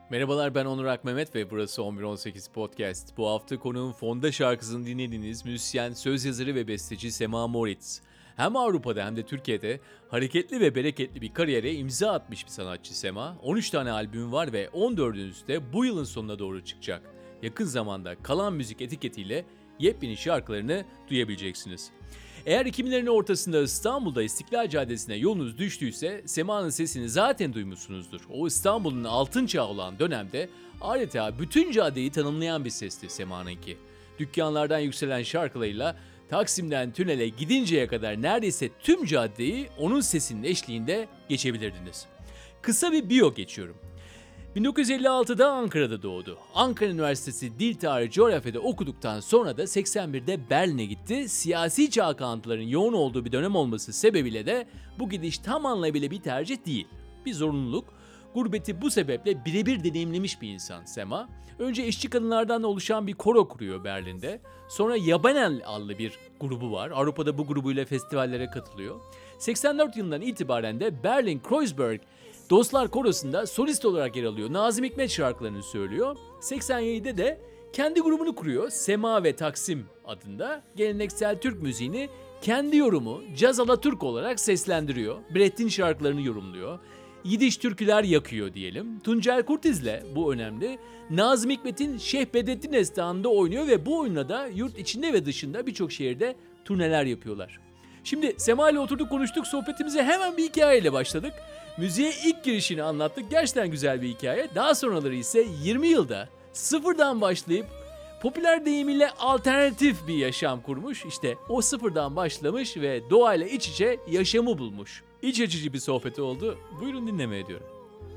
Merhabalar, ben Onur Akmehmet ve burası 1118 Podcast. Bu hafta konuğum fonda şarkısını dinlediğiniz müzisyen, söz yazarı ve besteci Sema Moritz. Hem Avrupa'da hem de Türkiye'de hareketli ve bereketli bir kariyere imza atmış bir sanatçı Sema. 13 tane albüm var ve 14'üncüsü de bu yılın sonuna doğru çıkacak. Yakın zamanda Kalan Müzik etiketiyle yepyeni şarkılarını duyabileceksiniz. Eğer 2000'lerin ortasında İstanbul'da İstiklal Caddesi'ne yolunuz düştüyse Sema'nın sesini zaten duymuşsunuzdur. O İstanbul'un altın çağı olan dönemde adeta bütün caddeyi tanımlayan bir sesti Sema'nınki. Dükkanlardan yükselen şarkılarıyla Taksim'den Tünel'e gidinceye kadar neredeyse tüm caddeyi onun sesinin eşliğinde geçebilirdiniz. Kısa bir biyo geçiyorum. 1956'da Ankara'da doğdu. Ankara Üniversitesi Dil Tarihi Coğrafya'da okuduktan sonra da 81'de Berlin'e gitti. Siyasi çalkantıların yoğun olduğu bir dönem olması sebebiyle de bu gidiş tam anlamıyla bir tercih değil. Bir zorunluluk. Gurbeti bu sebeple birebir deneyimlemiş bir insan Sema. Önce işçi kadınlardan oluşan bir koro kuruyor Berlin'de. Sonra Yabanel adlı bir grubu var. Avrupa'da bu grubuyla festivallere katılıyor. 84 yılından itibaren de Berlin Kreuzberg Dostlar Korosu'nda solist olarak yer alıyor. Nazım Hikmet şarkılarını söylüyor. 87'de de kendi grubunu kuruyor. Sema ve Taksim adında. Geleneksel Türk müziğini kendi yorumu Caz Alatürk olarak seslendiriyor. Brett'in şarkılarını yorumluyor. Yidiş türküler yakıyor diyelim. Tuncel Kurtiz'le, bu önemli, Nazım Hikmet'in Şeyh Bedrettin Destanı'nda oynuyor ve bu oyunla da yurt içinde ve dışında birçok şehirde turneler yapıyorlar. Şimdi Sema ile oturduk konuştuk, sohbetimize hemen bir hikayeyle başladık. Müziğe ilk girişini anlattık, gerçekten güzel bir hikaye. Daha sonraları ise 20 yılda sıfırdan başlayıp popüler deyimiyle alternatif bir yaşam kurmuş. İşte o sıfırdan başlamış ve doğayla iç içe yaşamı bulmuş. İç açıcı bir sohbeti oldu. Buyurun dinlemeye diyorum.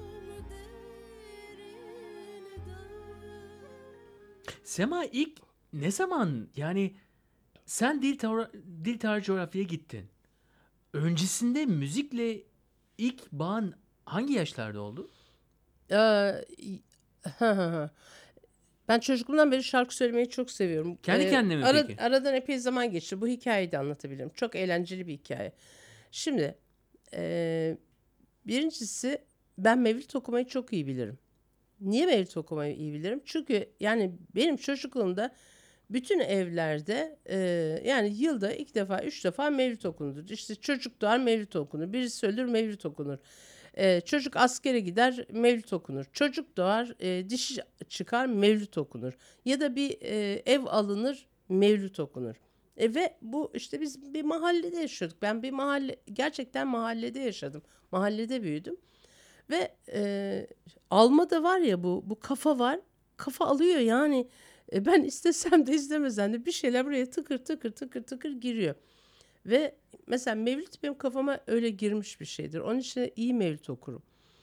Sema ilk ne zaman, yani sen dil tarihi coğrafyaya gittin. Öncesinde müzikle ilk bağın hangi yaşlarda oldu? Eee, Ben çocukluğumdan beri şarkı söylemeyi çok seviyorum. Kendi kendine mi peki? Aradan epey zaman geçti. Bu hikayeyi de anlatabilirim. Çok eğlenceli bir hikaye. Şimdi, eee, birincisi ben mevlüt okumayı çok iyi bilirim. Niye mevlüt okumayı iyi bilirim? Çünkü yani benim çocukluğumda bütün evlerde yani yılda 2 defa 3 defa mevlüt okunur. İşte çocuk doğar mevlüt okunur. Birisi ölür mevlüt okunur. Çocuk askere gider mevlüt okunur. Çocuk doğar dişi çıkar mevlüt okunur. Ya da bir ev alınır mevlüt okunur. Ve bu işte biz bir mahallede yaşıyorduk. Ben gerçekten mahallede yaşadım. Mahallede büyüdüm. Ve alma da var ya, bu kafa var. Kafa alıyor yani. Ben istesem de istemesem de bir şeyler buraya tıkır tıkır tıkır tıkır giriyor. Ve mesela mevlüt benim kafama öyle girmiş bir şeydir. Onun için de iyi mevlüt okurum.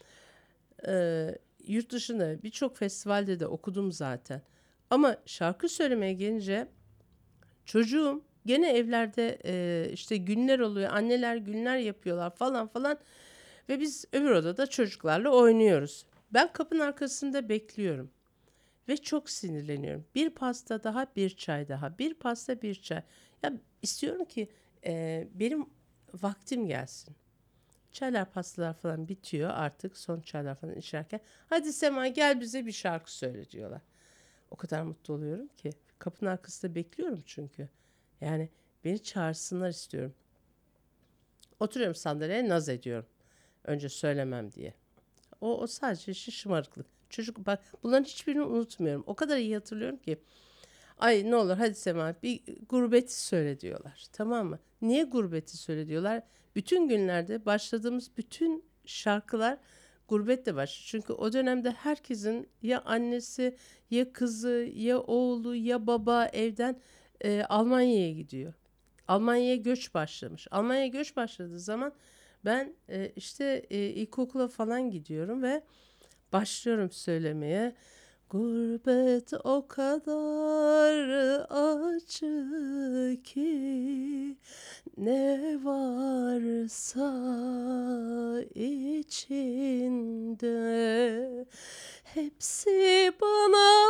Yurt dışında birçok festivalde de okudum zaten. Ama şarkı söylemeye gelince çocuğum gene evlerde işte günler oluyor. Anneler günler yapıyorlar falan falan. Ve biz öbür odada çocuklarla oynuyoruz. Ben kapının arkasında bekliyorum. Ve çok sinirleniyorum. Bir pasta daha, bir çay daha. Bir pasta, bir çay. Ya istiyorum ki benim vaktim gelsin. Çaylar, pastalar falan bitiyor artık. Son çaylar falan içerken. Hadi Sema gel bize bir şarkı söyle diyorlar. O kadar mutlu oluyorum ki. Kapının arkasında bekliyorum çünkü. Yani beni çağırsınlar istiyorum. Oturuyorum sandalyeye, naz ediyorum. Önce söylemem diye. O sadece şımarıklık. Çocuk bak, bunların hiçbirini unutmuyorum. O kadar iyi hatırlıyorum ki. Ay ne olur hadi Sema bir gurbeti söyle diyorlar. Tamam mı? Niye gurbeti söyle diyorlar? Bütün günlerde başladığımız bütün şarkılar gurbetle başlıyor. Çünkü o dönemde herkesin ya annesi ya kızı ya oğlu ya baba evden Almanya'ya gidiyor. Almanya'ya göç başlamış. Almanya'ya göç başladığı zaman ben işte ilkokula falan gidiyorum ve başlıyorum söylemeye. Gurbet o kadar acı ki ne varsa içinde hepsi bana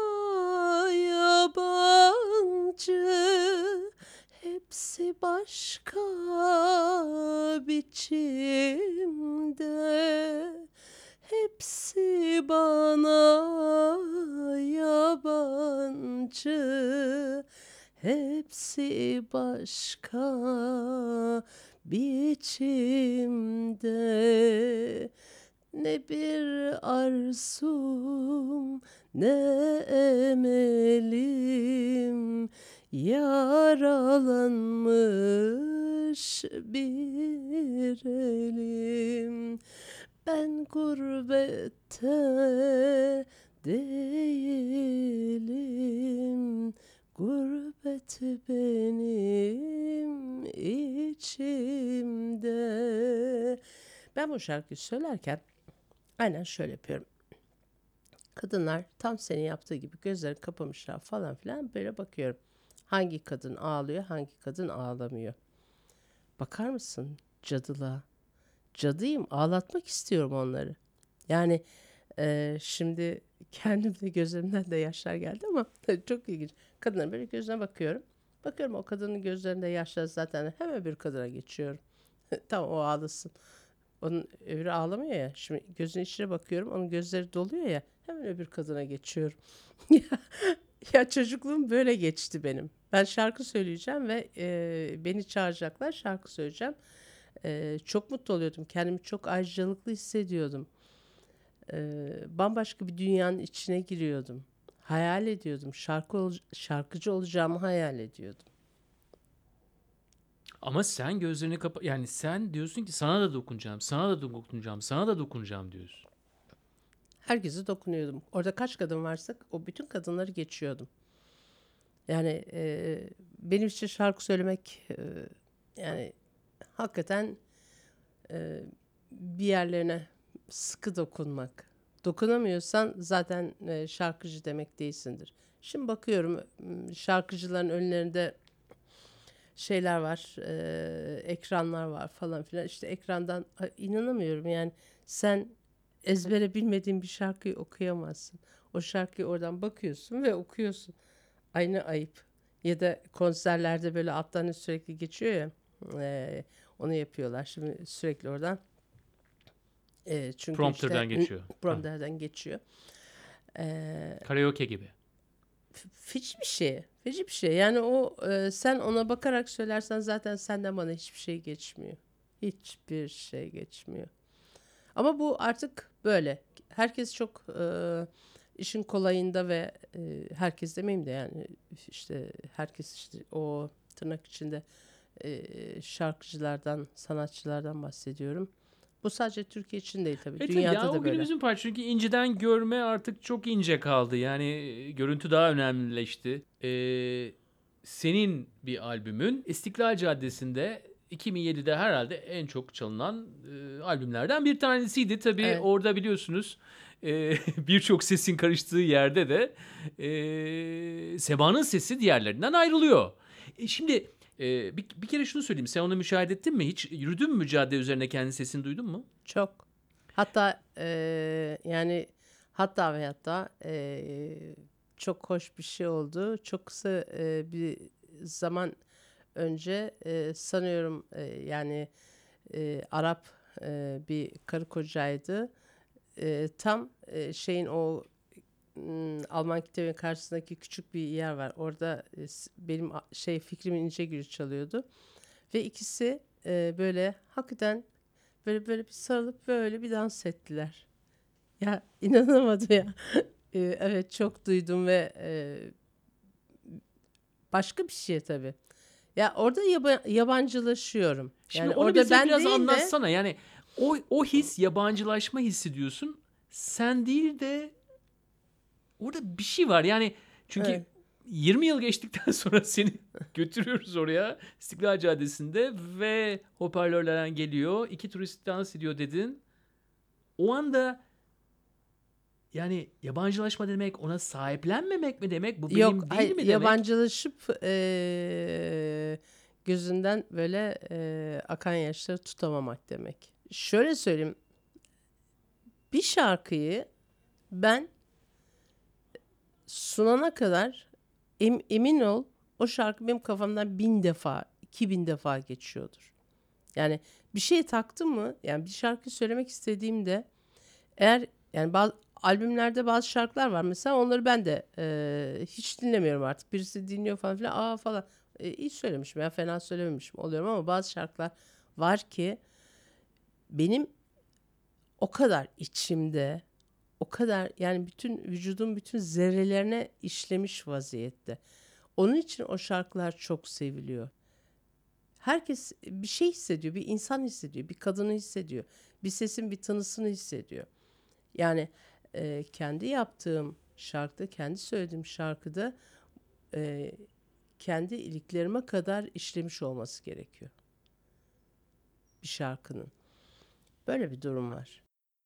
yabancı, hepsi başka biçimde, hepsi bana yabancı, hepsi başka biçimde. Ne bir arzum, ne emelim, yaralanmış bir elim. Ben gurbette değilim, gurbet benim içimde. Ben bu şarkıyı söylerken aynen şöyle yapıyorum. Kadınlar tam senin yaptığı gibi gözlerini kapamışlar falan filan, böyle bakıyorum. Hangi kadın ağlıyor, hangi kadın ağlamıyor. Bakar mısın cadılığa? Cadıyım, ağlatmak istiyorum onları. Yani şimdi kendimde gözlerimden de yaşlar geldi ama çok ilginç. Kadınların böyle gözüne bakıyorum. Bakıyorum o kadının gözlerinde yaşlar, zaten hemen bir kadına geçiyorum. Tamam, o ağlasın. Onun öbürü ağlamıyor ya. Şimdi gözünün içine bakıyorum. Onun gözleri doluyor ya. Hemen öbür kadına geçiyorum. Ya çocukluğum böyle geçti benim. Ben şarkı söyleyeceğim ve beni çağıracaklar. Şarkı söyleyeceğim. Çok mutlu oluyordum. Kendimi çok ayrıcalıklı hissediyordum. Bambaşka bir dünyanın içine giriyordum. Hayal ediyordum. Şarkıcı olacağımı hayal ediyordum. Ama sen gözlerini yani sen diyorsun ki sana da dokunacağım, sana da dokunacağım, sana da dokunacağım diyorsun. Herkese dokunuyordum. Orada kaç kadın varsa o bütün kadınları geçiyordum. Yani benim için şarkı söylemek yani hakikaten bir yerlerine sıkı dokunmak. Dokunamıyorsan zaten şarkıcı demek değilsindir. Şimdi bakıyorum şarkıcıların önlerinde şeyler var, ekranlar var falan filan. İşte ekrandan inanamıyorum yani, sen ezbere bilmediğin bir şarkıyı okuyamazsın. O şarkıyı oradan bakıyorsun ve okuyorsun. Aynı ayıp. Ya da konserlerde böyle alttan sürekli geçiyor ya, onu yapıyorlar. Şimdi sürekli oradan çünkü Prompter'dan işte geçiyor. prompterden geçiyor. E, Karaoke gibi. Feci bir şey. Feci bir şey. Yani o sen ona bakarak söylersen zaten senden bana hiçbir şey geçmiyor. Hiçbir şey geçmiyor. Ama bu artık böyle. Herkes çok işin kolayında ve herkes demeyeyim de yani işte herkes işte o tırnak içinde şarkıcılardan, sanatçılardan bahsediyorum. Bu sadece Türkiye için değil tabii. Tabii Dünyada ya, o da böyle. günümüzün parçası, çünkü inceden görme artık çok ince kaldı. Yani görüntü daha önemlileşti. Senin bir albümün İstiklal Caddesi'nde 2007'de herhalde en çok çalınan albümlerden bir tanesiydi. Tabii Evet. orada biliyorsunuz birçok sesin karıştığı yerde de Sema'nın sesi diğerlerinden ayrılıyor. Şimdi bir kere şunu söyleyeyim. Sen onu müşahede ettin mi? Hiç yürüdün mü cadde üzerine, kendi sesini duydun mu? Çok. Hatta yani hatta ve hatta çok hoş bir şey oldu. Çok kısa bir zaman önce sanıyorum yani Arap bir karı kocaydı. Tam şeyin o Alman kitabının karşısındaki küçük bir yer var. Orada benim şey Fikrimin İnce çalıyordu. Ve ikisi böyle hakikaten böyle bir sarılıp böyle bir dans ettiler. Ya inanamadım ya. Evet, çok duydum ve başka bir şey tabii. Ya orada yabancılaşıyorum. Şimdi Yani onu orada bize ben biraz değil de anlatsana. Yani o his, yabancılaşma hissi diyorsun. Sen değil de orada bir şey var. Yani çünkü evet, 20 yıl geçtikten sonra seni götürüyoruz oraya, İstiklal Caddesi'nde, ve hoparlörlerden geliyor. İki turist dans ediyor dedin. O anda yani yabancılaşma demek ona sahiplenmemek mi demek? Bu yok, benim değil hayır, mi demek? yabancılaşıp gözünden böyle akan yaşları tutamamak demek. Şöyle söyleyeyim, bir şarkıyı ben sunana kadar emin ol, o şarkı benim kafamdan 1000 defa, 2000 defa geçiyordur. Yani bir şey taktım mı, yani bir şarkı söylemek istediğimde eğer Yani albümlerde bazı şarkılar var mesela, onları ben de hiç dinlemiyorum artık. Birisi dinliyor falan filan, aa falan. İyi söylemişim ya, fena söylememişim oluyorum, ama bazı şarkılar var ki benim o kadar içimde, o kadar yani bütün vücudum, bütün zerrelerine işlemiş vaziyette. Onun için o şarkılar çok seviliyor. Herkes bir şey hissediyor, bir insan hissediyor, bir kadını hissediyor, bir sesin bir tınısını hissediyor. Yani kendi yaptığım şarkıda, kendi söylediğim şarkıda e, kendi iliklerime kadar işlemiş olması gerekiyor bir şarkının. Böyle bir durum var.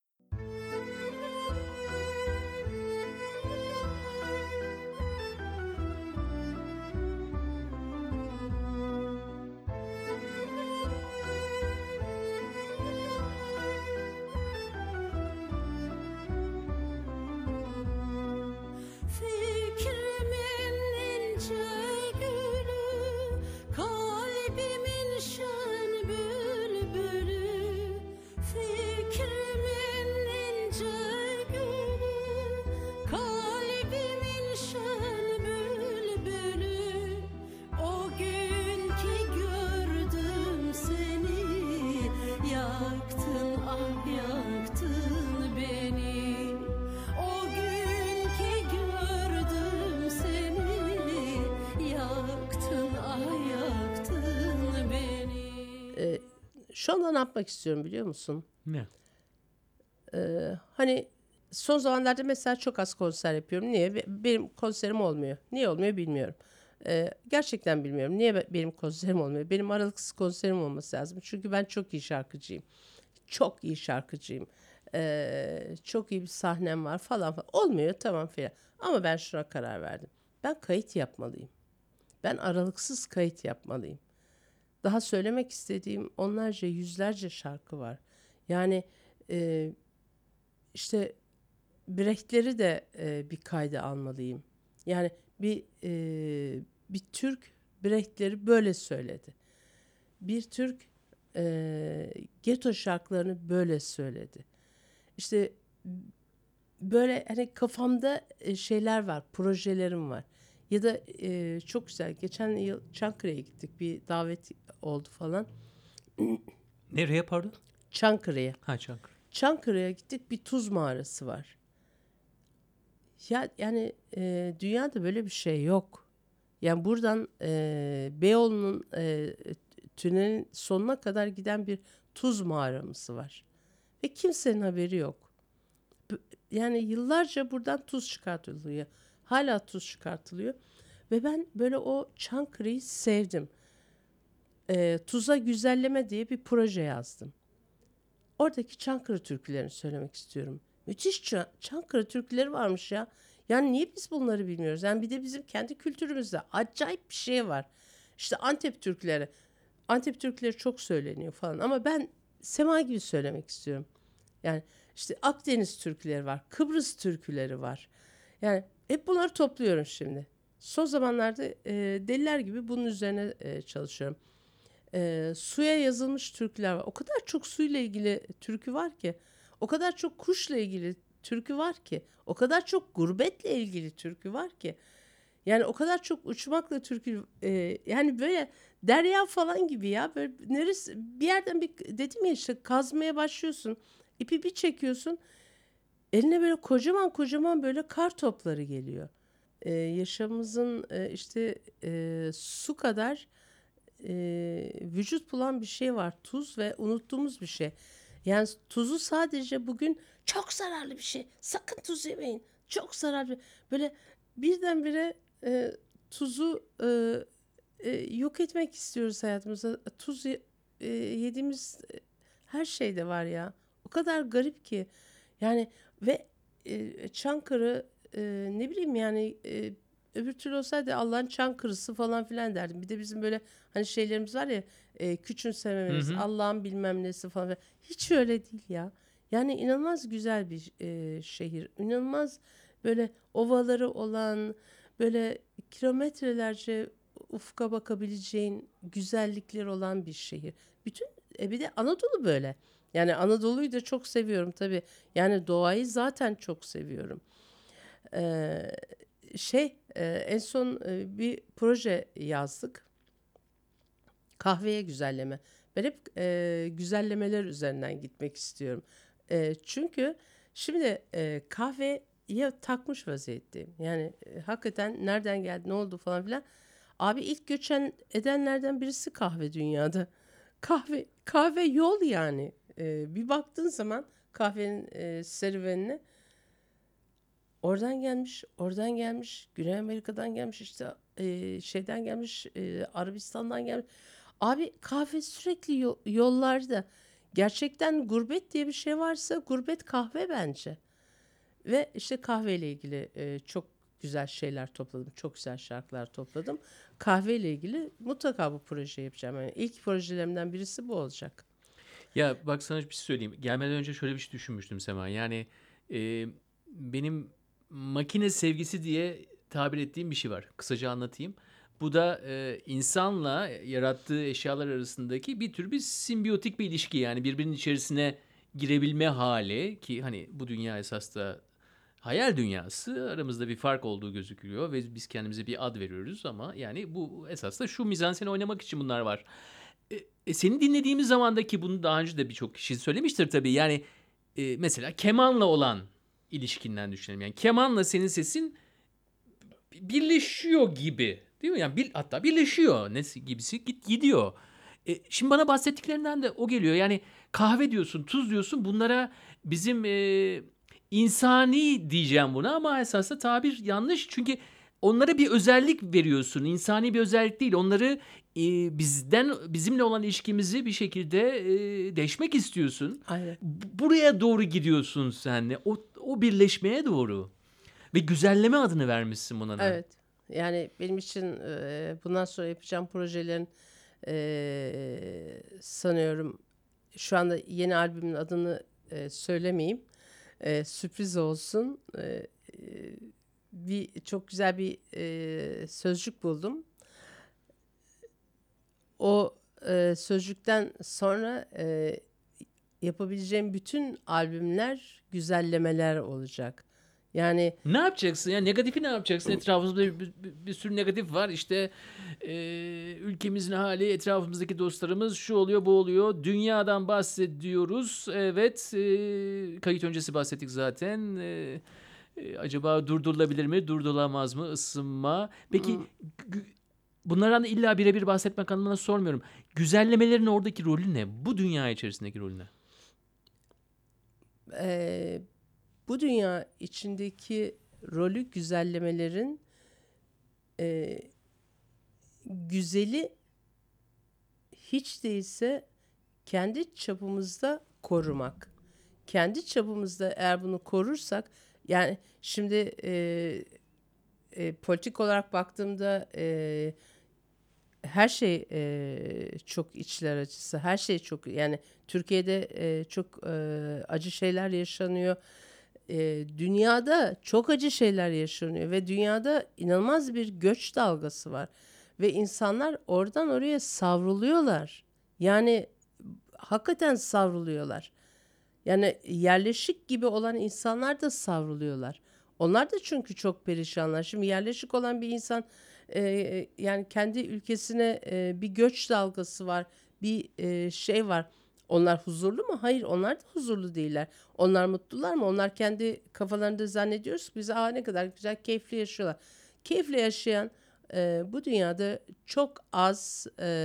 Fikrimin ince gülü, kalbimin şen bülbülü. Fikrimin ince gülü, kalbimin şen bülbülü. O gün ki gördüm seni, yaktın ah yaktın beni. O gün ki gördüm seni, yaktın ah yaktın beni. Şu anda ne yapmak istiyorum biliyor musun? Ne? Hani son zamanlarda mesela çok az konser yapıyorum. Niye? Benim konserim olmuyor. Niye olmuyor bilmiyorum. Gerçekten bilmiyorum. Niye benim konserim olmuyor? Benim aralıksız konserim olması lazım. Çünkü ben çok iyi şarkıcıyım. Çok iyi şarkıcıyım. Çok iyi bir sahnem var falan falan. Olmuyor, tamam filan. Ama ben şuna karar verdim. Ben kayıt yapmalıyım. Ben aralıksız kayıt yapmalıyım. Daha söylemek istediğim onlarca, yüzlerce şarkı var. Yani e, işte Brecht'leri de bir kayda almalıyım. Yani bir Türk Brecht'leri böyle söyledi. Bir Türk Geto şarkılarını böyle söyledi. İşte böyle hani kafamda şeyler var, projelerim var. Ya da çok güzel. Geçen yıl Çankırı'ya gittik. Bir davet oldu falan. Nereye pardon? Çankırı'ya. Ha, Çankırı. Çankırı'ya gittik. Bir tuz mağarası var. Ya yani dünyada böyle bir şey yok. Yani buradan Beyoğlu'nun tünelin sonuna kadar giden bir tuz mağaramız var. Ve kimsenin haberi yok. Yani yıllarca buradan tuz çıkartılıyor. Hala tuz çıkartılıyor. Ve ben böyle o Çankırı'yı sevdim. Tuza Güzelleme diye bir proje yazdım. Oradaki Çankırı türkülerini söylemek istiyorum. Müthiş Çankırı türküleri varmış ya. Yani niye biz bunları bilmiyoruz? Yani bir de bizim kendi kültürümüzde acayip bir şey var. İşte Antep türküleri. Antep türküleri çok söyleniyor falan. Ama ben Sema gibi söylemek istiyorum. Yani işte Akdeniz türküleri var. Kıbrıs türküleri var. Yani hep bunları topluyorum şimdi. Son zamanlarda deliler gibi bunun üzerine çalışıyorum. Suya yazılmış türküler var. O kadar çok suyla ilgili türkü var ki. O kadar çok kuşla ilgili türkü var ki. O kadar çok gurbetle ilgili türkü var ki. Yani o kadar çok uçmakla türkü, yani böyle derya falan gibi ya. Böyle neresi bir yerden, bir dedim ya işte, kazmaya başlıyorsun. İpi bir çekiyorsun. Eline böyle kocaman kocaman böyle kar topları geliyor. Yaşamımızın işte su kadar vücut bulan bir şey var. Tuz ve unuttuğumuz bir şey. Yani tuzu sadece bugün çok zararlı bir şey. Sakın tuz yemeyin. Çok zararlı. Böyle birdenbire tuzu yok etmek istiyoruz hayatımızda. Tuz yediğimiz her şeyde var ya. O kadar garip ki. Yani ve Çankırı, ne bileyim yani, öbür türlü olsaydı Allah'ın Çankırısı falan filan derdim. Bir de bizim böyle hani şeylerimiz var ya, küçümsememeniz, Allah'ın bilmem nesi falan filan. Hiç öyle değil ya. Yani inanılmaz güzel bir şehir. İnanılmaz böyle ovaları olan, böyle kilometrelerce ufka bakabileceğin güzellikler olan bir şehir. Bütün bir de Anadolu böyle. Yani Anadolu'yu da çok seviyorum tabii. Yani doğayı zaten çok seviyorum. Ee, en son bir proje yazdık. Kahveye güzelleme. Ben hep güzellemeler üzerinden gitmek istiyorum. Çünkü şimdi kahveye takmış vaziyetteyim. Yani hakikaten nereden geldi, ne oldu falan filan. Abi ilk göçen edenlerden birisi kahve dünyada. Kahve yol yani. Bir baktığın zaman kahvenin serüvenine oradan gelmiş, oradan gelmiş, Güney Amerika'dan gelmiş, işte şeyden gelmiş, Arabistan'dan gelmiş. Abi kahve sürekli yollarda. Gerçekten gurbet diye bir şey varsa gurbet kahve bence. Ve işte kahveyle ilgili çok güzel şeyler topladım. Çok güzel şarkılar topladım. Kahveyle ilgili mutlaka bu projeyi yapacağım. Yani ilk projelerimden birisi bu olacak. Ya bak sana bir şey söyleyeyim. Gelmeden önce şöyle bir şey düşünmüştüm Sema. Yani benim makine sevgisi diye tabir ettiğim bir şey var. Kısaca anlatayım. Bu da insanla yarattığı eşyalar arasındaki bir tür bir simbiyotik bir ilişki. Yani birbirinin içerisine girebilme hali ki hani bu dünya esas da hayal dünyası, aramızda bir fark olduğu gözüküyor ve biz kendimize bir ad veriyoruz ama yani bu esas da şu mizanseni oynamak için bunlar var. Seni dinlediğimiz zamandaki bunu daha önce de birçok kişi söylemiştir tabii. Yani mesela kemanla olan ilişkinden düşünelim. Yani kemanla senin sesin birleşiyor gibi. Değil mi? Yani hatta birleşiyor. Ne gibisi gidiyor. Şimdi bana bahsettiklerinden de o geliyor. Yani kahve diyorsun, tuz diyorsun. Bunlara bizim insani diyeceğim buna ama esasında tabir yanlış. Çünkü onlara bir özellik veriyorsun. İnsani bir özellik değil. Onları bizimle olan ilişkimizi bir şekilde deşmek istiyorsun. Aynen. Buraya doğru gidiyorsun sen de. O birleşmeye doğru. Ve güzelleme adını vermişsin buna da. Evet. Yani benim için bundan sonra yapacağım projelerin sanıyorum şu anda yeni albümün adını söylemeyeyim. Sürpriz olsun. Çok güzel bir sözcük buldum. O sözcükten sonra yapabileceğim bütün albümler güzellemeler olacak. Yani Ne yapacaksın ya? Negatifi ne yapacaksın? Etrafımızda bir sürü negatif var. İşte ülkemizin hali, etrafımızdaki dostlarımız şu oluyor, bu oluyor. Dünyadan bahsediyoruz. Evet, kayıt öncesi bahsettik zaten. Acaba durdurulabilir mi, durdurulamaz mı? Isınma. Peki bunlardan illa birebir bahsetmek anlamına sormuyorum. Güzellemelerin oradaki rolü ne? Bu dünya içerisindeki rolü ne? e, bu dünya içindeki rolü güzellemelerin e, güzeli hiç değilse kendi çapımızda korumak. Kendi çapımızda eğer bunu korursak, yani şimdi politik olarak baktığımda her şey çok içler acısı. Her şey çok, yani Türkiye'de çok acı şeyler yaşanıyor. Dünyada çok acı şeyler yaşanıyor ve dünyada inanılmaz bir göç dalgası var. Ve insanlar oradan oraya savruluyorlar. Yani hakikaten savruluyorlar. Yani yerleşik gibi olan insanlar da savruluyorlar. Onlar da çünkü çok perişanlar. Şimdi yerleşik olan bir insan yani kendi ülkesine bir göç dalgası var, bir şey var. Onlar huzurlu mu? Hayır, onlar da huzurlu değiller. Onlar mutlular mı? Onlar kendi kafalarında zannediyoruz ki bize ne kadar güzel, keyifli yaşıyorlar. Keyifli yaşayan bu dünyada çok az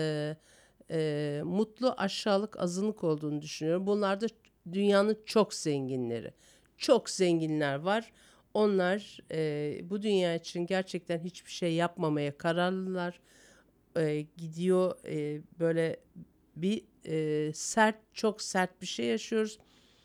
mutlu aşağılık azınlık olduğunu düşünüyorum. Bunlar da dünyanın çok zenginleri. Çok zenginler var. Onlar bu dünya için gerçekten hiçbir şey yapmamaya kararlılar. Gidiyor böyle bir çok sert bir şey yaşıyoruz.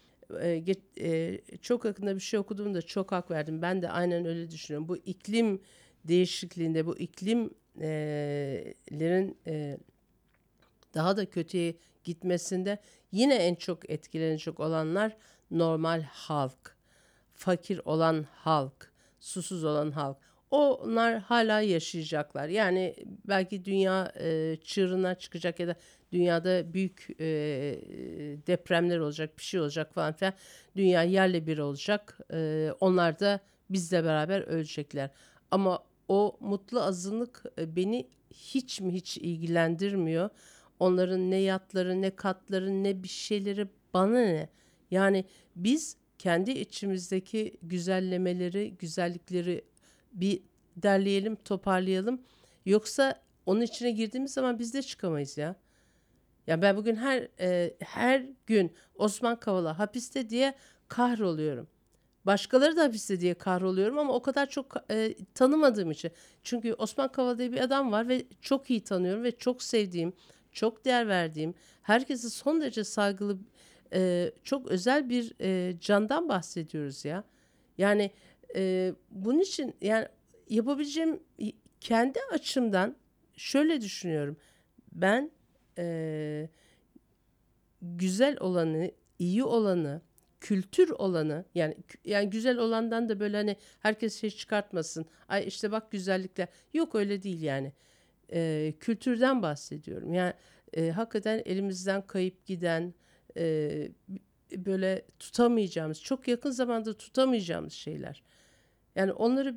Çok yakında bir şey okuduğumda çok hak verdim. Ben de aynen öyle düşünüyorum. Bu iklim değişikliğinde, bu iklimlerin daha da kötüye gitmesinde yine en çok etkilenecek olanlar normal halk, fakir olan halk, susuz olan halk. onlar hala yaşayacaklar. Yani belki dünya çığırından çıkacak ya da dünyada büyük depremler olacak, bir şey olacak falan filan. Dünya yerle bir olacak. Onlar da bizle beraber ölecekler. Ama o mutlu azınlık beni hiç ilgilendirmiyor. Onların ne yatları, ne katları, ne bir şeyleri bana ne? Yani biz kendi içimizdeki güzellemeleri, güzellikleri bir derleyelim, toparlayalım. Yoksa onun içine girdiğimiz zaman biz de çıkamayız ya. Ya ben bugün her gün Osman Kavala hapiste diye kahroluyorum. Başkaları da hapiste diye kahroluyorum ama o kadar çok tanımadığım için. Çünkü Osman Kavala diye bir adam var ve çok iyi tanıyorum ve çok sevdiğim, çok değer verdiğim, herkese son derece saygılı, çok özel bir candan bahsediyoruz ya. Yani bunun için yani yapabileceğim kendi açımdan şöyle düşünüyorum. Ben güzel olanı, iyi olanı, kültür olanı yani güzel olandan da böyle hani herkes şey çıkartmasın. Ay işte bak güzellikler. Yok öyle değil yani. Kültürden bahsediyorum. Yani hakikaten elimizden kayıp giden böyle tutamayacağımız, çok yakın zamanda tutamayacağımız şeyler. Yani onları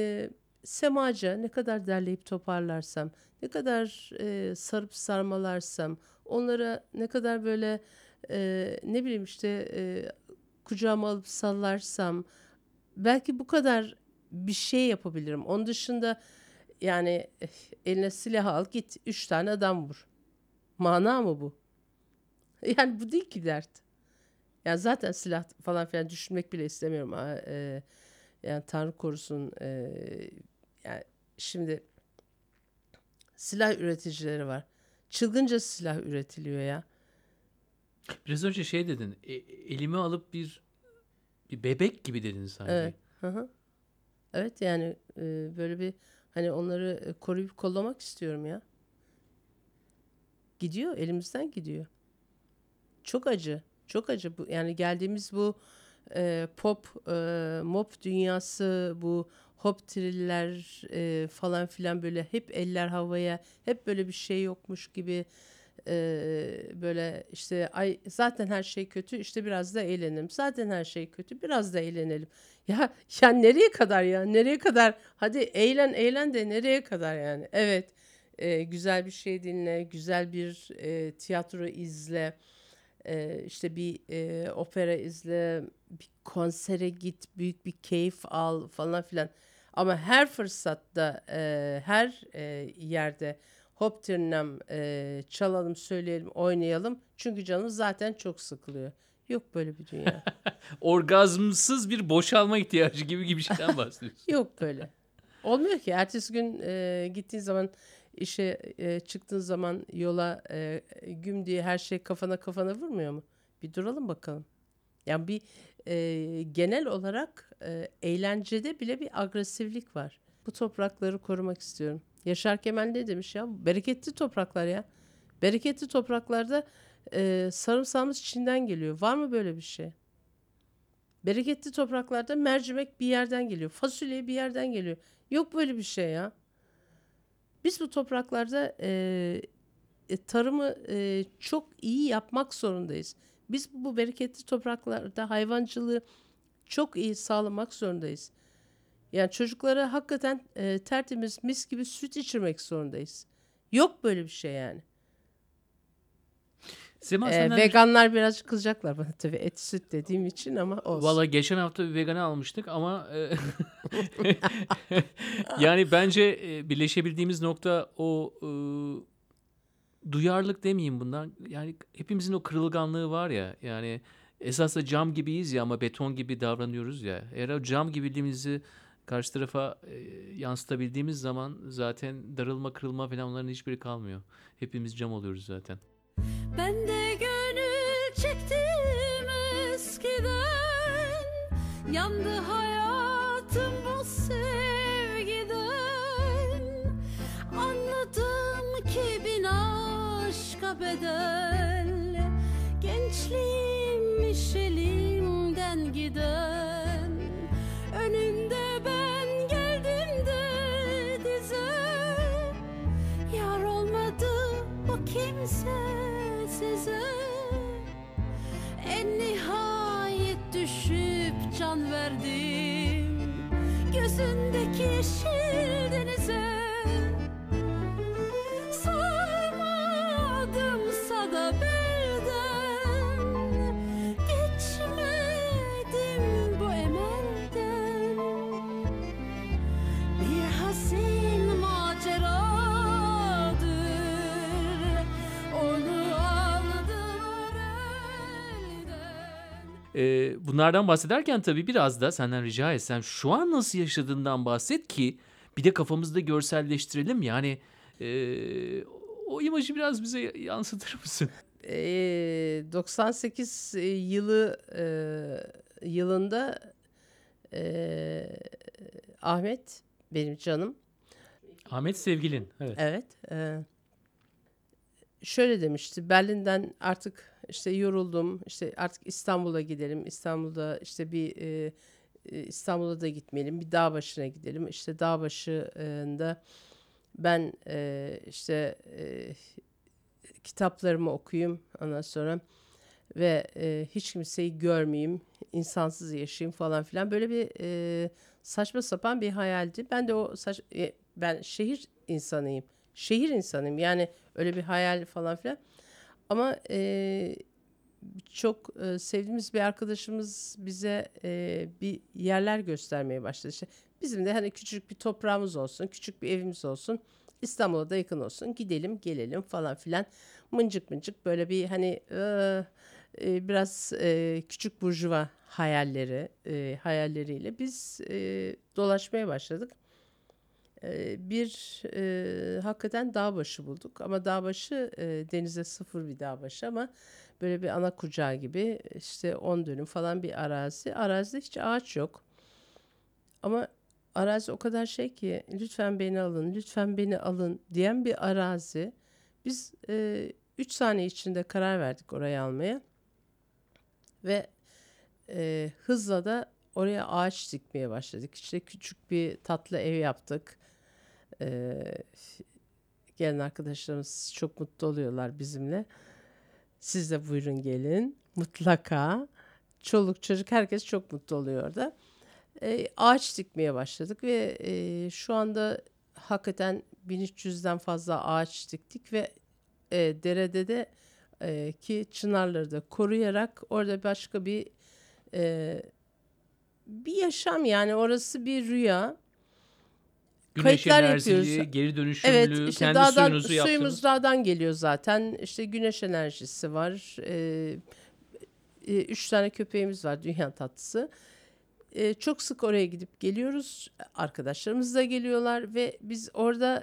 semaca ne kadar derleyip toparlarsam, ne kadar sarıp sarmalarsam, onlara ne kadar böyle ne bileyim işte kucağıma alıp sallarsam belki bu kadar bir şey yapabilirim. Onun dışında yani eline silah al git 3 tane adam vur. Mana mı bu? Yani bu değil ki dert. Yani zaten silah falan filan düşünmek bile istemiyorum. Yani Tanrı korusun. Yani şimdi silah üreticileri var. Çılgınca silah üretiliyor ya. Biraz önce şey dedin. Elime alıp bir bebek gibi dedin sanki. Evet. Hı hı. Evet yani böyle bir hani onları koruyup kollamak istiyorum ya. Gidiyor, elimizden gidiyor. Çok acı. Çok acı bu. Yani geldiğimiz bu pop, mop dünyası, bu hop triller falan filan böyle hep eller havaya, hep böyle bir şey yokmuş gibi böyle işte ay zaten her şey kötü işte biraz da eğlenelim. Zaten her şey kötü biraz da eğlenelim. Ya nereye kadar ya? Nereye kadar? Hadi eğlen de nereye kadar yani? Evet. Güzel bir şey dinle, güzel bir tiyatro izle, işte bir opera izle, bir konsere git, büyük bir keyif al falan filan. Ama her fırsatta, her yerde hop tırnam çalalım, söyleyelim, oynayalım. Çünkü canım zaten çok sıkılıyor. Yok böyle bir dünya. Orgazmsız bir boşalma ihtiyacı gibi bir şeyden bahsediyorsun. Yok böyle. Olmuyor ki. Ertesi gün gittiğin zaman işe çıktığın zaman yola güm diye her şey kafana vurmuyor mu? Bir duralım bakalım. Yani bir genel olarak eğlencede bile bir agresiflik var. Bu toprakları korumak istiyorum. Yaşar Kemal ne demiş ya? Bereketli topraklar ya. Bereketli topraklarda sarımsağımız Çin'den geliyor. Var mı böyle bir şey? Bereketli topraklarda mercimek bir yerden geliyor. Fasulye bir yerden geliyor. Yok böyle bir şey ya. Biz bu topraklarda tarımı çok iyi yapmak zorundayız. Biz bu bereketli topraklarda hayvancılığı çok iyi sağlamak zorundayız. Yani çocuklara hakikaten tertemiz mis gibi süt içirmek zorundayız. Yok böyle bir şey yani. Sema senden Veganlar birazcık kızacaklar bana tabii et süt dediğim için ama olsun. Valla geçen hafta bir veganı almıştık ama yani bence birleşebildiğimiz nokta o duyarlılık demeyeyim bundan. Yani hepimizin o kırılganlığı var ya. Yani esasında cam gibiyiz ya ama beton gibi davranıyoruz ya. Eğer o cam gibiliğimizi karşı tarafa yansıtabildiğimiz zaman zaten darılma, kırılma falan onların hiçbiri kalmıyor. Hepimiz cam oluyoruz zaten. Ben de gönül çektim eskiden, yandı hayatım bu sevgiden. Anladım ki bin aşka bedel, gençliğimmiş elimden giden. Önünde ben geldim de kimsesize, en nihayet düşüp can verdim gözündeki yeşil denize. Sarmadımsa da belden, geçmedim bu emelden. Bir hasin maceradır, onu aldılar elden. Bunlardan bahsederken tabii biraz da senden rica etsem şu an nasıl yaşadığından bahset ki bir de kafamızda görselleştirelim. Yani o imajı biraz bize yansıtır mısın? 98 yılında Ahmet benim canım. Ahmet sevgilin. Evet. Evet. Şöyle demişti. Berlin'den artık işte yoruldum. İşte artık İstanbul'a gidelim. İstanbul'da işte İstanbul'a da gitmeyelim. Bir dağ başına gidelim. İşte dağ başında ben kitaplarımı okuyayım ondan sonra ve hiç kimseyi görmeyeyim, insansız yaşayayım falan filan. Böyle bir saçma sapan bir hayaldi. Ben de ben şehir insanıyım. Şehir insanıyım. Yani öyle bir hayal falan filan. Ama çok sevdiğimiz bir arkadaşımız bize bir yerler göstermeye başladı. İşte bizim de hani küçük bir toprağımız olsun, küçük bir evimiz olsun. İstanbul'a da yakın olsun. Gidelim, gelelim falan filan. Mıncık mıncık böyle bir hani biraz küçük burjuva hayalleriyle biz dolaşmaya başladık. Hakikaten dağ başı bulduk. Ama dağ başı denize sıfır bir dağ başı ama böyle bir ana kucağı gibi işte 10 dönüm falan bir arazi. Arazide hiç ağaç yok. Ama arazi o kadar şey ki lütfen beni alın, lütfen beni alın diyen bir arazi. Biz 3 saniye içinde karar verdik orayı almaya. Ve hızla da oraya ağaç dikmeye başladık. İşte küçük bir tatlı ev yaptık. Gelen arkadaşlarımız çok mutlu oluyorlar bizimle. Siz de buyurun gelin. Mutlaka. Çoluk çocuk herkes çok mutlu oluyor orada. Ağaç dikmeye başladık ve şu anda hakikaten 1300'den fazla ağaç diktik ve derede de ki çınarları da koruyarak orada başka bir yaşam, yani orası bir rüya. Güneş Kayıtlar enerjili, yapıyoruz. geri dönüşümlü, Evet, işte kendi suyunuzu yaptınız. suyumuz dağdan geliyor zaten. İşte güneş enerjisi var. 3 tane köpeğimiz var, dünya tatlısı. Çok sık oraya gidip geliyoruz. Arkadaşlarımız da geliyorlar ve biz orada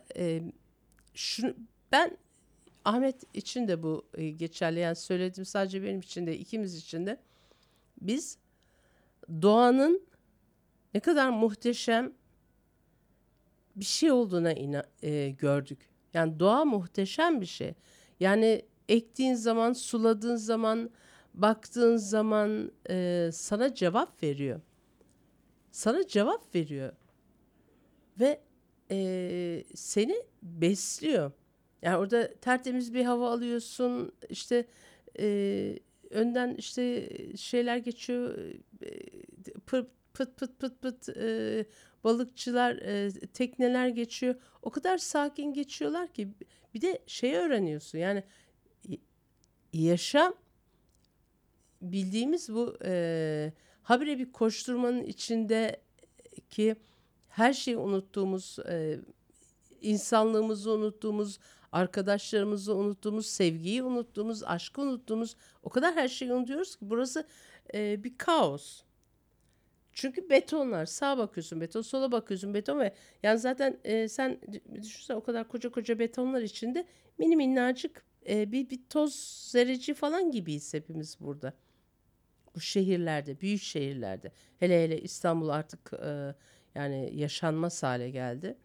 ben Ahmet için de bu geçerli. Yani söylediğim sadece benim için de, ikimiz için de. Biz doğanın ne kadar muhteşem bir şey olduğuna gördük. Yani doğa muhteşem bir şey. Yani ektiğin zaman, suladığın zaman, baktığın zaman sana cevap veriyor. Sana cevap veriyor. Ve seni besliyor. Yani orada tertemiz bir hava alıyorsun. İşte önden işte şeyler geçiyor. Pıt pıt pıt pıt balıkçılar, tekneler geçiyor. O kadar sakin geçiyorlar ki bir de şey öğreniyorsun. Yani yaşam bildiğimiz bu habire bir koşturmanın içindeki her şeyi unuttuğumuz, insanlığımızı unuttuğumuz, arkadaşlarımızı unuttuğumuz, sevgiyi unuttuğumuz, aşkı unuttuğumuz, o kadar her şeyi unutuyoruz ki burası bir kaos. Çünkü betonlar, sağa bakıyorsun beton, sola bakıyorsun beton ve yani zaten sen düşünsene o kadar koca koca betonlar içinde mini minnacık bir toz zerreci falan gibiyiz hepimiz burada. Bu şehirlerde, büyük şehirlerde, hele hele İstanbul artık yani yaşanmaz hale geldi.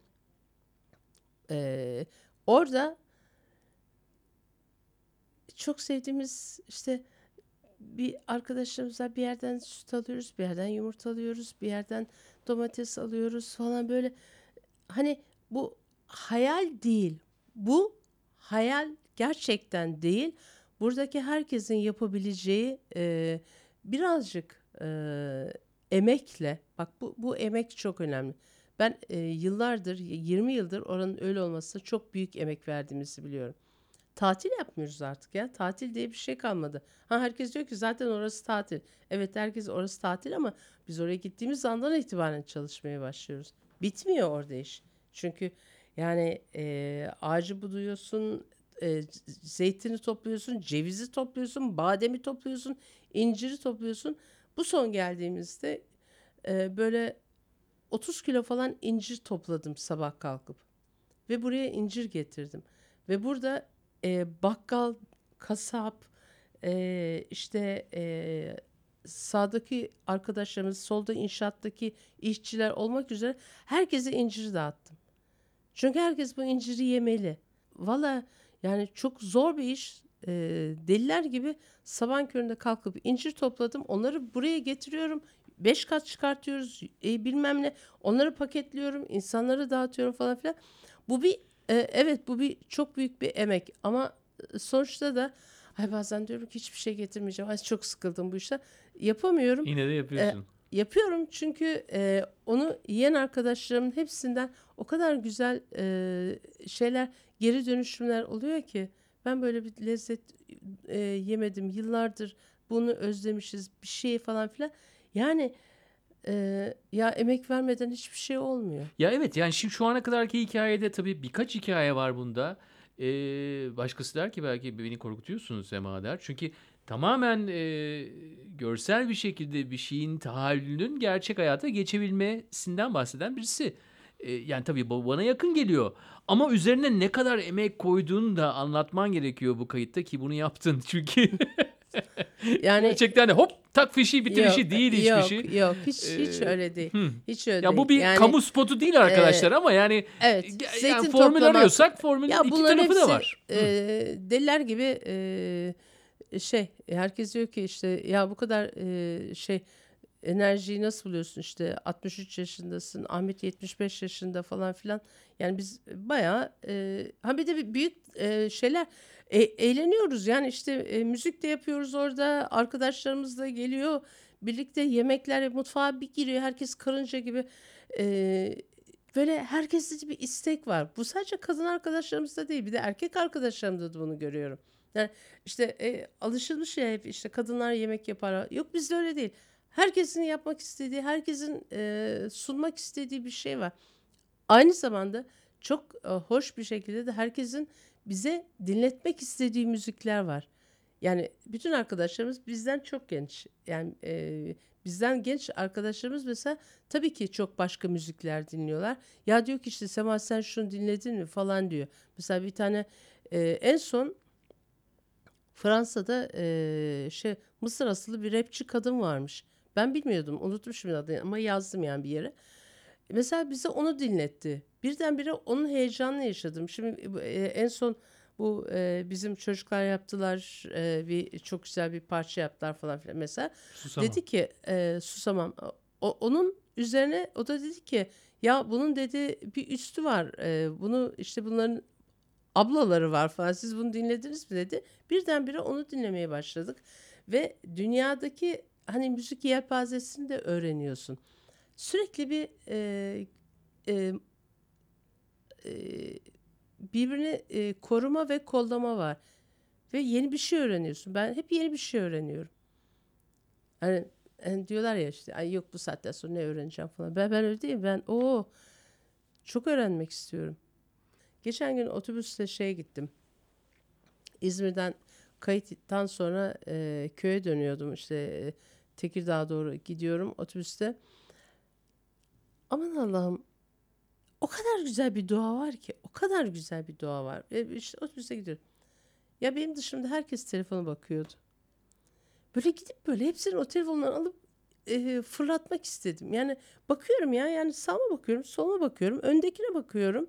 Orada çok sevdiğimiz işte bir arkadaşlarımızla bir yerden süt alıyoruz, bir yerden yumurta alıyoruz, bir yerden domates alıyoruz falan böyle. Hani bu hayal değil, bu hayal gerçekten değil. Buradaki herkesin yapabileceği birazcık emekle, bak bu emek çok önemli. Ben yıllardır, 20 yıldır oranın öyle olmasına çok büyük emek verdiğimizi biliyorum. Tatil yapmıyoruz artık ya. Tatil diye bir şey kalmadı. Ha, herkes diyor ki zaten orası tatil. Evet, herkes orası tatil ama biz oraya gittiğimiz andan itibaren çalışmaya başlıyoruz. Bitmiyor orada iş. Çünkü yani ağacı buduyorsun, zeytini topluyorsun, cevizi topluyorsun, bademi topluyorsun, inciri topluyorsun. Bu son geldiğimizde böyle 30 kilo falan incir topladım sabah kalkıp. Ve buraya incir getirdim. Ve burada bakkal, kasap, işte sağdaki arkadaşlarımız, solda inşaattaki işçiler olmak üzere herkese incir dağıttım. Çünkü herkes bu inciri yemeli. Valla yani çok zor bir iş. Deliler gibi sabahın köründe kalkıp incir topladım. Onları buraya getiriyorum. 5 kat çıkartıyoruz. Bilmem ne. Onları paketliyorum. İnsanlara dağıtıyorum falan filan. Bu bir evet, bu bir çok büyük bir emek ama sonuçta da bazen diyorum ki hiçbir şey getirmeyeceğim. Ay, çok sıkıldım bu işten. Yapamıyorum. Yine de yapıyorsun. Yapıyorum çünkü onu yiyen arkadaşlarımın hepsinden o kadar güzel şeyler, geri dönüşümler oluyor ki ben böyle bir lezzet yemedim. Yıllardır bunu özlemişiz bir şey falan filan. Yani ya emek vermeden hiçbir şey olmuyor. Ya evet, yani şimdi şu ana kadarki hikayede tabii birkaç hikaye var bunda. Başkası der ki belki beni korkutuyorsunuz Sema der. Çünkü tamamen görsel bir şekilde bir şeyin tahayyülünün gerçek hayata geçebilmesinden bahseden birisi. Yani tabii bana yakın geliyor. Ama üzerine ne kadar emek koyduğunu da anlatman gerekiyor bu kayıtta ki bunu yaptın. Çünkü Yani gerçekten de hop tak fişi bitirişi değil hiçbir şey. Yok, hiç öyle değil. Hiç öyle Ya bu değil. bir Yani, kamu spotu değil arkadaşlar ama yani evet, yani zeytin formül toplamak. arıyorsak formülün Ya iki bunların tarafı da hepsi var. deliler gibi herkes diyor ki işte ya bu kadar enerjiyi nasıl buluyorsun, işte 63 yaşındasın, Ahmet 75 yaşında falan filan. Yani biz bayağı bir de büyük şeyler eğleniyoruz. Yani işte müzik de yapıyoruz orada, arkadaşlarımız da geliyor. Birlikte yemekler, mutfağa bir giriyor. Herkes karınca gibi böyle herkeste bir istek var. Bu sadece kadın arkadaşlarımızda değil, bir de erkek arkadaşlarımda da bunu görüyorum. Yani işte alışılmış ya hep işte kadınlar yemek yapar. Yok, bizde öyle değil. Herkesin yapmak istediği, herkesin sunmak istediği bir şey var. Aynı zamanda çok hoş bir şekilde de herkesin bize dinletmek istediği müzikler var. Yani bütün arkadaşlarımız bizden çok genç. Yani bizden genç arkadaşlarımız mesela tabii ki çok başka müzikler dinliyorlar. Ya diyor ki işte Sema sen şunu dinledin mi falan diyor. Mesela bir tane en son Fransa'da Mısır asıllı bir rapçi kadın varmış. Ben bilmiyordum, unuttum şimdi adını ama yazdım yani bir yere. Mesela bize onu dinletti. Birdenbire onun heyecanını yaşadım. Şimdi en son bu bizim çocuklar yaptılar, bir çok güzel bir parça yaptılar falan filan mesela. Susamam. Dedi ki susamam. Onun üzerine o da dedi ki ya bunun dedi bir üstü var. Bunu işte bunların ablaları var falan. Siz bunu dinlediniz mi dedi. Birdenbire onu dinlemeye başladık ve dünyadaki hani müzik yelpazesini de öğreniyorsun. Sürekli bir e, e, birbirini koruma ve kollama var ve yeni bir şey öğreniyorsun. Ben hep yeni bir şey öğreniyorum. Hani diyorlar ya işte ay yok bu saatten sonra ne öğreneceğim falan. Ben öyle değilim. Ben çok öğrenmek istiyorum. Geçen gün otobüste gittim. İzmir'den kayıttan sonra köye dönüyordum. İşte Tekirdağ'a doğru gidiyorum otobüste. Aman Allah'ım, o kadar güzel bir doğa var ki. O kadar güzel bir doğa var. İşte otobüste gidiyorum. Ya benim dışımda herkes telefona bakıyordu. Böyle gidip böyle hepsinin o telefonları alıp fırlatmak istedim. Yani bakıyorum ya, yani sağıma bakıyorum, soluma bakıyorum, öndekine bakıyorum.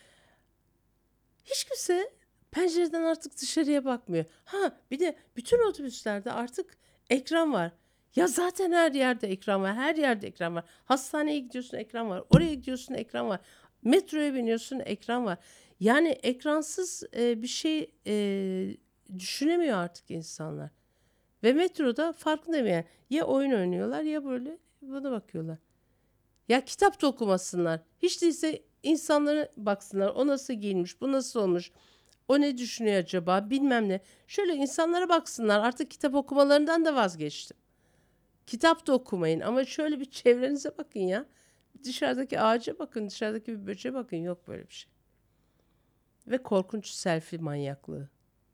Hiç kimse pencereden artık dışarıya bakmıyor. Ha, bir de bütün otobüslerde artık ekran var. Ya zaten her yerde ekran var. Her yerde ekran var. Hastaneye gidiyorsun ekran var. Oraya gidiyorsun ekran var. Metroya biniyorsun ekran var. Yani ekransız bir şey düşünemiyor artık insanlar. Ve metroda farkındayım yani. Ya oyun oynuyorlar ya böyle bana bakıyorlar. Ya kitap da okumasınlar. Hiç değilse insanlara baksınlar. O nasıl giyinmiş, bu nasıl olmuş, o ne düşünüyor acaba bilmem ne. Şöyle insanlara baksınlar. Artık kitap okumalarından da vazgeçtim. Kitap da okumayın ama şöyle bir çevrenize bakın ya. Dışarıdaki ağaca bakın, dışarıdaki bir böceğe bakın. Yok böyle bir şey. Ve korkunç selfie manyaklığı.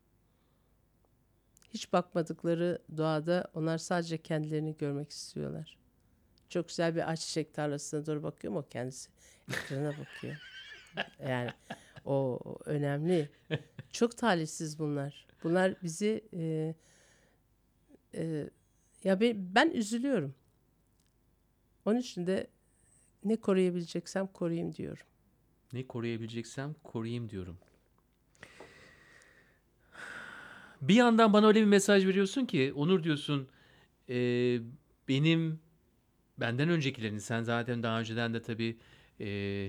Hiç bakmadıkları doğada onlar sadece kendilerini görmek istiyorlar. Çok güzel bir ayçiçek tarlasına doğru bakıyorum, o kendisi ekrana bakıyor. Yani o önemli. Çok talihsiz bunlar. Bunlar bizi ya ben üzülüyorum. Onun için de ne koruyabileceksem koruyayım diyorum. Ne koruyabileceksem koruyayım diyorum. Bir yandan bana öyle bir mesaj veriyorsun ki Onur diyorsun, benim benden öncekilerin, sen zaten daha önceden de tabii e,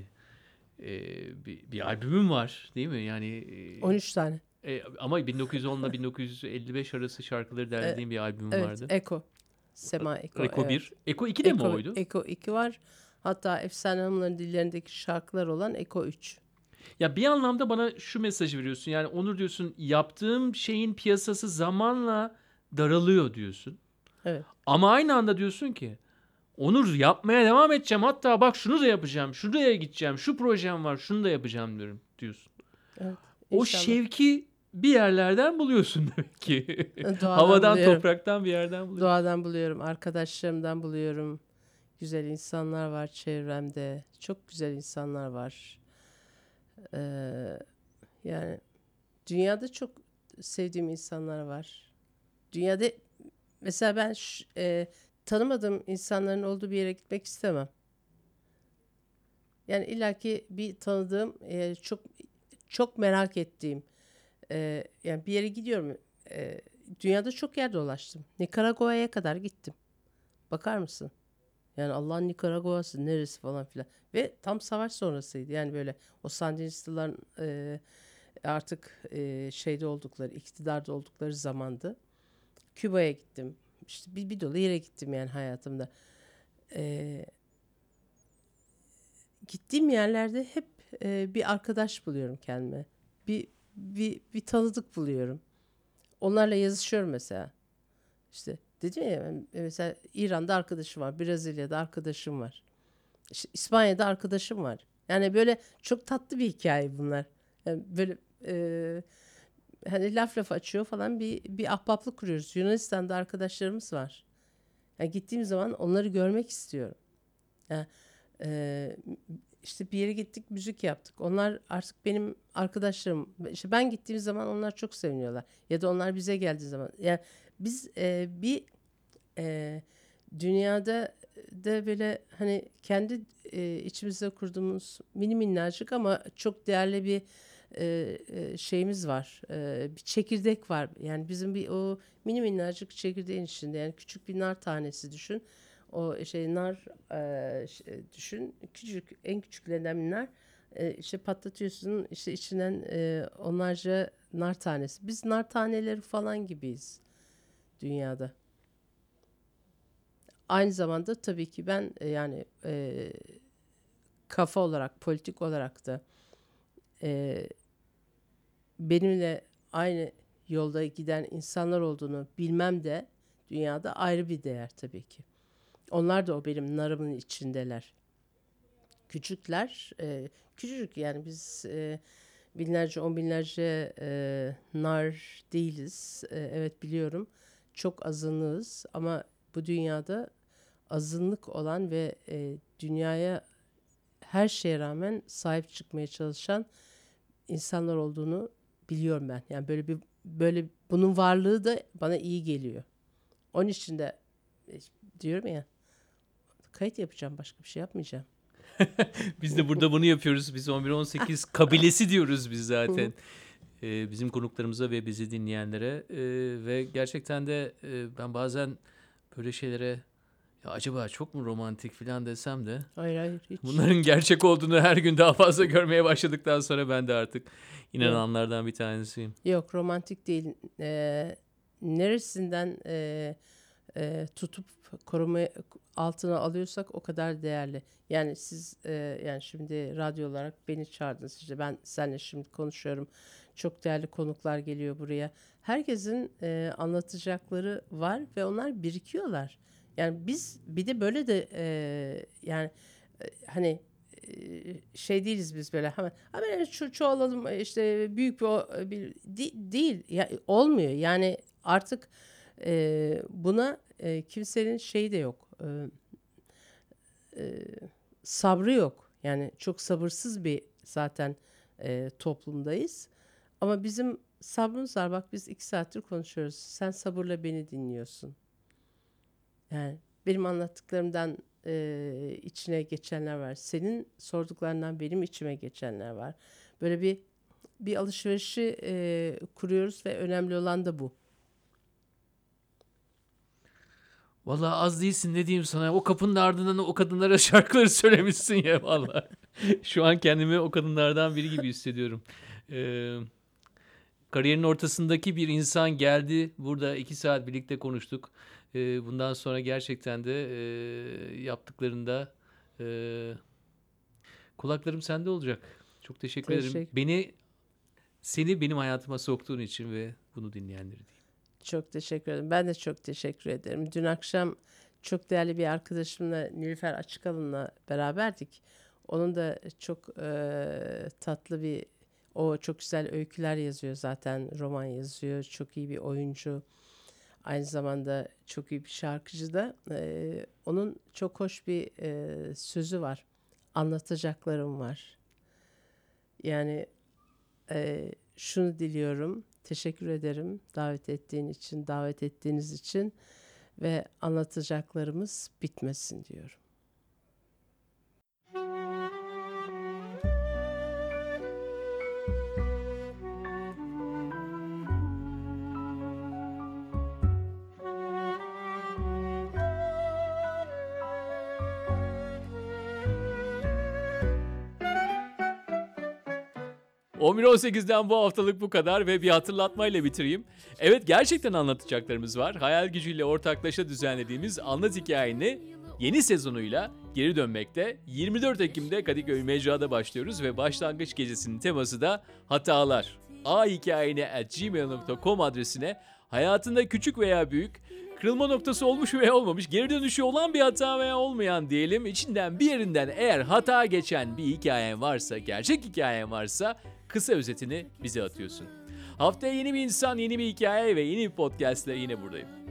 bir albümün var değil mi? Yani 13 tane. ama 1910 ile 1955 arası şarkıları E, derlediğim bir albüm evet, vardı. Eko. Sema Eko. Eko Evet. 1. Eko 2 de mi oydu? Eko 2 var. Hatta Efsane Hanımların dillerindeki şarkılar olan Eko 3. Ya bir anlamda bana şu mesajı veriyorsun. Yani Onur diyorsun, yaptığım şeyin piyasası zamanla daralıyor diyorsun. Evet. Ama aynı anda diyorsun ki Onur yapmaya devam edeceğim. Hatta bak şunu da yapacağım. Şuraya gideceğim. Şu projem var. Şunu da yapacağım diyorsun. Evet. O İnşallah. şevki bir yerlerden buluyorsun demek ki. Doğadan Havadan, buluyorum. topraktan bir yerden buluyorsun. Doğadan buluyorum. Arkadaşlarımdan buluyorum. Güzel insanlar var çevremde. Çok güzel insanlar var. Yani dünyada çok sevdiğim insanlar var. Dünyada mesela ben tanımadığım insanların olduğu bir yere gitmek istemem. Yani illaki bir tanıdığım, çok çok merak ettiğim, yani bir yere gidiyorum. Dünyada çok yer dolaştım. Nikaragua'ya kadar gittim. Bakar mısın? Yani Allah'ın Nikaragua'sı neresi falan filan. Ve tam savaş sonrasıydı. Yani böyle o Sandinistaların artık şeyde oldukları, iktidarda oldukları zamandı. Küba'ya gittim. İşte bir dolu yere gittim yani hayatımda. E, Gittiğim yerlerde hep bir arkadaş buluyorum kendime. Bir tanıdık buluyorum. Onlarla yazışıyorum mesela. İşte dedim ya mesela İran'da arkadaşım var, Brezilya'da arkadaşım var. İşte İspanya'da arkadaşım var. Yani böyle çok tatlı bir hikaye bunlar. Yani böyle hani laf açıyor falan bir ahbaplık kuruyoruz. Yunanistan'da arkadaşlarımız var. Yani gittiğim zaman onları görmek istiyorum. Yani, e, işte bir yere gittik, müzik yaptık. Onlar artık benim arkadaşlarım. İşte ben gittiğim zaman onlar çok seviniyorlar. Ya da onlar bize geldiği zaman. Yani biz bir e, dünyada da böyle hani kendi içimizde kurduğumuz mini minnacık ama çok değerli bir şeyimiz var. Bir çekirdek var. Yani bizim bir o mini minnacık çekirdeğin içinde, yani küçük bir nar tanesi düşün. O nar düşün. Küçük, en küçüklerinden bir nar. İşte patlatıyorsun, işte içinden onlarca nar tanesi. Biz nar taneleri falan gibiyiz dünyada. Aynı zamanda tabii ki ben yani kafa olarak, politik olarak da benimle aynı yolda giden insanlar olduğunu bilmem de dünyada ayrı bir değer tabii ki. Onlar da o benim narımın içindeler. Küçükler, küçücük yani biz binlerce, on binlerce nar değiliz. Evet biliyorum, çok azınlığız ama bu dünyada azınlık olan ve dünyaya her şeye rağmen sahip çıkmaya çalışan insanlar olduğunu biliyorum ben. Yani böyle bunun varlığı da bana iyi geliyor. Onun için de diyorum ya, kayıt yapacağım, başka bir şey yapmayacağım. Biz de burada bunu yapıyoruz. Biz 11-18 kabilesi diyoruz biz zaten. Bizim konuklarımıza ve bizi dinleyenlere. Ve gerçekten de ben bazen böyle şeylere Ya acaba çok mu romantik falan desem de Hayır hayır hiç. bunların gerçek olduğunu her gün daha fazla görmeye başladıktan sonra ben de artık Yok. inananlardan bir tanesiyim. Yok romantik değil. Neresinden tutup koruma altına alıyorsak o kadar değerli. Yani siz yani şimdi radyo olarak beni çağırdınız. İşte ben seninle şimdi konuşuyorum. Çok değerli konuklar geliyor buraya. Herkesin anlatacakları var ve onlar birikiyorlar. Yani biz bir de böyle de yani hani şey değiliz biz böyle hemen çoğalalım işte büyük bir değil ya, olmuyor yani artık buna kimsenin şeyi de yok, sabrı yok yani çok sabırsız bir zaten toplumdayız ama bizim sabrımız var. Bak biz 2 saattir konuşuyoruz, sen sabırla beni dinliyorsun. Yani benim anlattıklarımdan içine geçenler var. Senin sorduklarından benim içime geçenler var. Böyle bir alışverişi kuruyoruz ve önemli olan da bu. Vallahi az değilsin, ne diyeyim sana. O kapının ardından o kadınlara şarkıları söylemişsin ya vallahi. Şu an kendimi o kadınlardan biri gibi hissediyorum. Ee, Kariyerin ortasındaki bir insan geldi. Burada 2 saat birlikte konuştuk. Bundan sonra gerçekten de yaptıklarında e, kulaklarım sende olacak. Çok teşekkür ederim. Seni benim hayatıma soktuğun için ve bunu dinleyenleri diyeyim. Çok teşekkür ederim. Ben de çok teşekkür ederim. Dün akşam çok değerli bir arkadaşımla Nilüfer Açıkalın'la beraberdik. Onun da çok tatlı o çok güzel öyküler yazıyor zaten, roman yazıyor. Çok iyi bir oyuncu. Aynı zamanda çok iyi bir şarkıcı da. Onun çok hoş bir sözü var. Anlatacaklarım var. Yani şunu diliyorum. Teşekkür ederim davet ettiğiniz için ve anlatacaklarımız bitmesin diyorum. ...11-18'den bu haftalık bu kadar ve bir hatırlatmayla bitireyim. Evet, gerçekten anlatacaklarımız var. Hayal gücüyle ortaklaşa düzenlediğimiz Anlat Hikayeni yeni sezonuyla geri dönmekte. 24 Ekim'de Kadıköy Mecra'da başlıyoruz ve başlangıç gecesinin teması da hatalar. ahikayeni@gmail.com adresine hayatında küçük veya büyük, kırılma noktası olmuş veya olmamış, geri dönüşü olan bir hata veya olmayan diyelim, içinden bir yerinden eğer hata geçen bir hikayen varsa, gerçek hikayen varsa kısa özetini bize atıyorsun. Haftaya yeni bir insan, yeni bir hikaye ve yeni bir podcast ile yine buradayım.